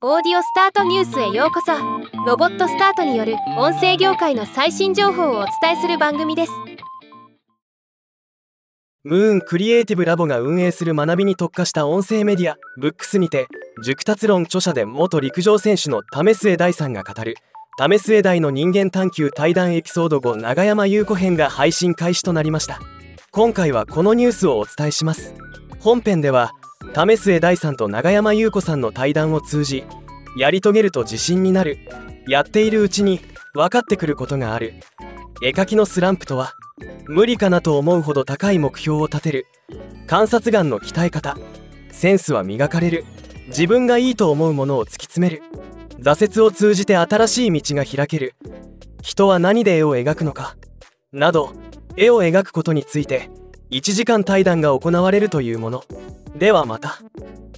オーディオスタートニュースへようこそ。ロボットスタートによる音声業界の最新情報をお伝えする番組です。 ムーンクリエイティブラボが運営する学びに特化した音声メディアブックスにて、熟達論著者で元陸上選手の為末大さんが語る為末大の人間探求対談エピソード5永山優子編が配信開始となりました。今回はこのニュースをお伝えします。本編では為末大さんと永山優子さんの対談を通じ、やり遂げると自信になる、やっているうちに分かってくることがある、絵描きのスランプとは、無理かなと思うほど高い目標を立てる、観察眼の鍛え方、センスは磨かれる、自分がいいと思うものを突き詰める、挫折を通じて新しい道が開ける、人は何で絵を描くのかなど、絵を描くことについて1時間対談が行われるというもの。ではまた。